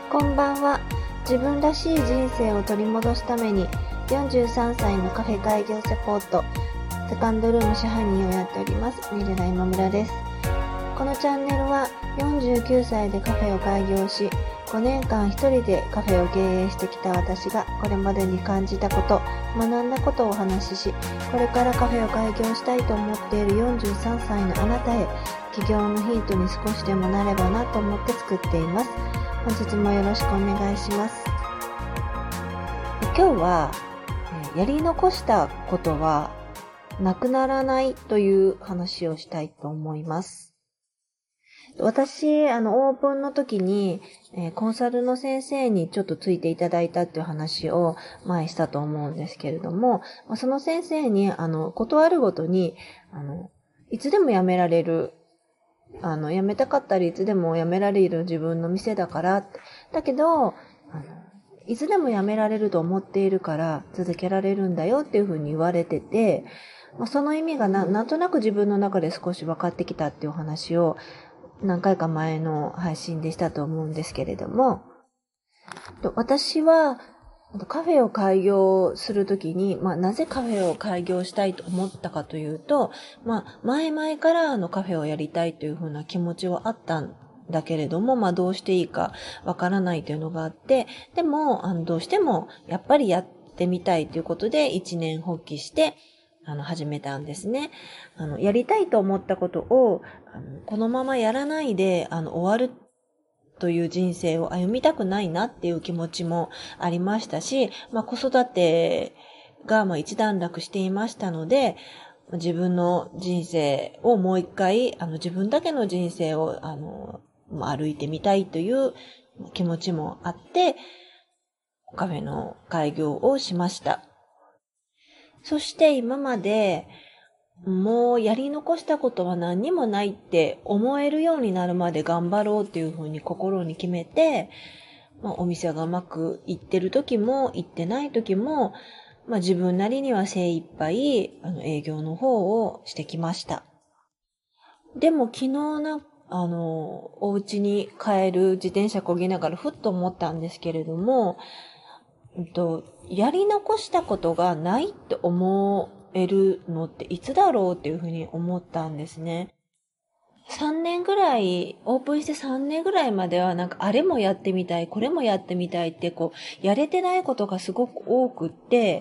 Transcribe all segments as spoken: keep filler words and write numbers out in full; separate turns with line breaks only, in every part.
こんばんは。自分らしい人生を取り戻すためによんじゅうさんさいのカフェ開業サポートセカンドルーム支配人をやっておりますミルラ今村です。このチャンネルはよんじゅうきゅうさいでカフェを開業しごねんかん一人でカフェを経営してきた私がこれまでに感じたこと学んだことをお話しし、これからカフェを開業したいと思っているよんじゅうさんさいのあなたへ起業のヒントに少しでもなればなと思って作っています。本日もよろしくお願いします。今日はやり残したことはなくならないという話をしたいと思います。私、あの、オープンの時に、えー、コンサルの先生にちょっとついていただいたっていう話を前したと思うんですけれども、その先生に、あの、断るごとに、あの、いつでも辞められる、あの、辞めたかったらいつでも辞められる自分の店だから、だけど、あの、いつでも辞められると思っているから続けられるんだよっていうふうに言われてて、その意味がな、なんとなく自分の中で少し分かってきたっていうお話を何回か前の配信でしたと思うんですけれども、私はカフェを開業するときに、まあ、なぜカフェを開業したいと思ったかというと、まあ、前々からあのカフェをやりたいというふうな気持ちはあったんだけれども、まあ、どうしていいかわからないというのがあって、でも、あの、どうしてもやっぱりやってみたいということで一年発起して、あの、始めたんですね。あの、やりたいと思ったことを、あのこのままやらないで、あの、終わるという人生を歩みたくないなっていう気持ちもありましたし、まあ、子育てがまあ一段落していましたので、自分の人生をもう一回、あの、自分だけの人生を、あの、歩いてみたいという気持ちもあって、カフェの開業をしました。そして今までもうやり残したことは何にもないって思えるようになるまで頑張ろうっていうふうに心に決めて、まあ、お店がうまくいってる時もいってない時も、まあ、自分なりには精一杯あの営業の方をしてきました。でも昨日なあのお家に帰る自転車漕ぎながらふっと思ったんですけれども、えっと、やり残したことがないって思えるのっていつだろうっていうふうに思ったんですね。さんねんぐらい、オープンしてさんねんぐらいまではなんかあれもやってみたい、これもやってみたいってこう、やれてないことがすごく多くって、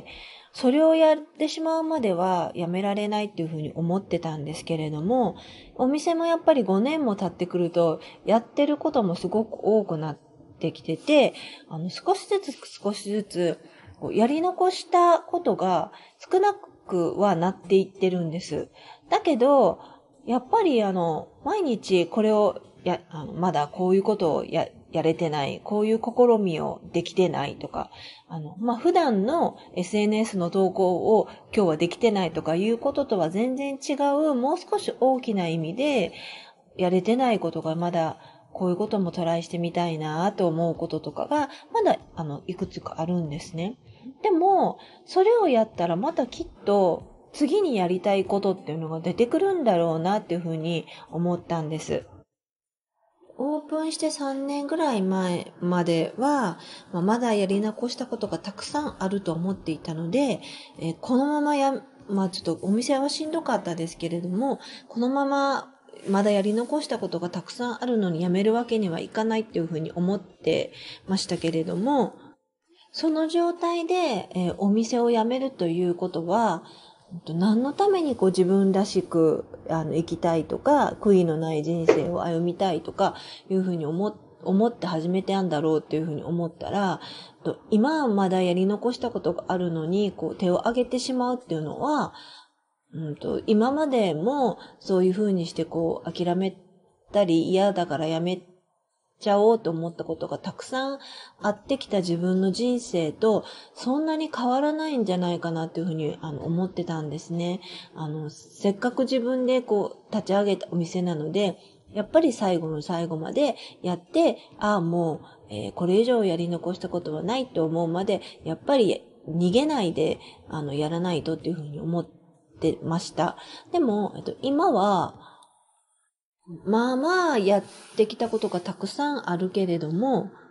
それをやってしまうまではやめられないっていうふうに思ってたんですけれども、お店もやっぱりごねんも経ってくると、やってることもすごく多くなってきてて、あの少しずつ少しずつやり残したことが少なくはなっていってるんです。だけど、やっぱりあの、毎日これをや、あのまだこういうことをや、やれてない、こういう試みをできてないとか、あの、まあ、普段の エスエヌエス の投稿を今日はできてないとかいうこととは全然違う、もう少し大きな意味で、やれてないことがまだ、こういうこともトライしてみたいなと思うこととかが、まだ、あの、いくつかあるんですね。でも、それをやったらまたきっと、次にやりたいことっていうのが出てくるんだろうなっていうふうに思ったんです。オープンしてさんねんぐらい前までは、まあ、まだやり残したことがたくさんあると思っていたので、えー、このままや、まあちょっとお店はしんどかったですけれども、このまままだやり残したことがたくさんあるのにやめるわけにはいかないっていうふうに思ってましたけれども、その状態で、えー、お店を辞めるということは、何のためにこう自分らしくあの生きたいとか、悔いのない人生を歩みたいとかいうふうに思思って始めてやんだろうっていうふうに思ったら、今はまだやり残したことがあるのにこう手を挙げてしまうっていうのは、うんと、今までもそういうふうにしてこう諦めたり嫌だからやめちゃおうと思ったことがたくさんあってきた自分の人生とそんなに変わらないんじゃないかなっていうふうにあの思ってたんですね。あの、せっかく自分でこう立ち上げたお店なので、やっぱり最後の最後までやって、ああもう、えー、これ以上やり残したことはないと思うまで、やっぱり逃げないであのやらないとっていうふうに思ってました。でも、えっと、今は、まあまあやってきたことがたくさんあるけれども、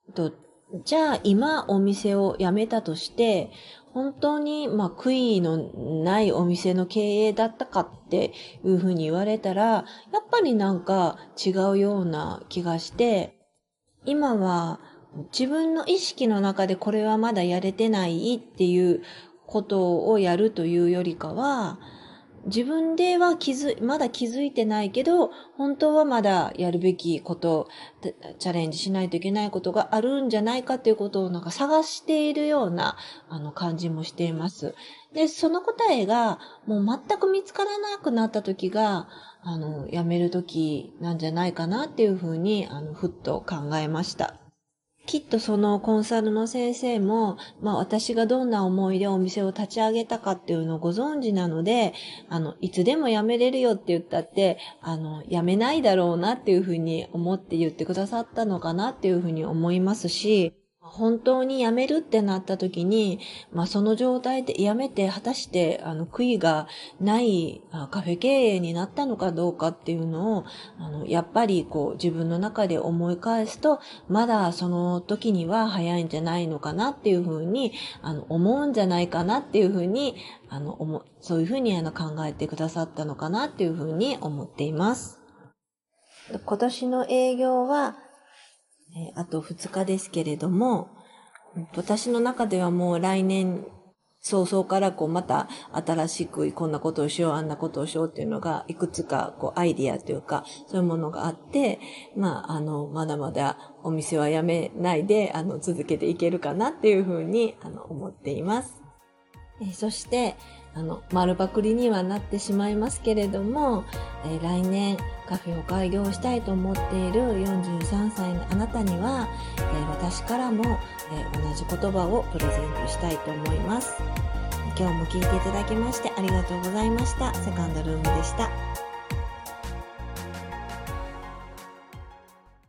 と、じゃあ今お店を辞めたとして、本当にまあ悔いのないお店の経営だったかっていうふうに言われたら、やっぱりなんか違うような気がして、今は自分の意識の中でこれはまだやれてないっていうことをやるというよりかは、自分では気づ、まだ気づいてないけど、本当はまだやるべきこと、チャレンジしないといけないことがあるんじゃないかっていうことをなんか探しているような、あの、感じもしています。で、その答えがもう全く見つからなくなった時が、あの、やめる時なんじゃないかなっていうふうに、あの、ふっと考えました。きっとそのコンサルの先生も、まあ私がどんな思いでお店を立ち上げたかっていうのをご存知なので、あの、いつでも辞めれるよって言ったって、あの、辞めないだろうなっていうふうに思って言ってくださったのかなっていうふうに思いますし、本当に辞めるってなった時に、まあその状態で辞めて果たしてあの悔いがないカフェ経営になったのかどうかっていうのを、あのやっぱりこう自分の中で思い返すと、まだその時には早いんじゃないのかなっていうふうにあの思うんじゃないかなっていうふうにあの思そういうふうにあの考えてくださったのかなっていうふうに思っています。今年の営業はあとふつかですけれども、私の中ではもう来年早々からこうまた新しくこんなことをしよう、あんなことをしようっていうのがいくつかこうアイディアというかそういうものがあって、まああのまだまだお店はやめないであの続けていけるかなっていうふうにあの思っています。えそしてあの丸パクリにはなってしまいますけれども、えー、来年カフェを開業したいと思っているよんじゅうさんさいのあなたには、えー、私からも、えー、同じ言葉をプレゼントしたいと思います。今日も聞いていただきましてありがとうございました。セカンドルームでした。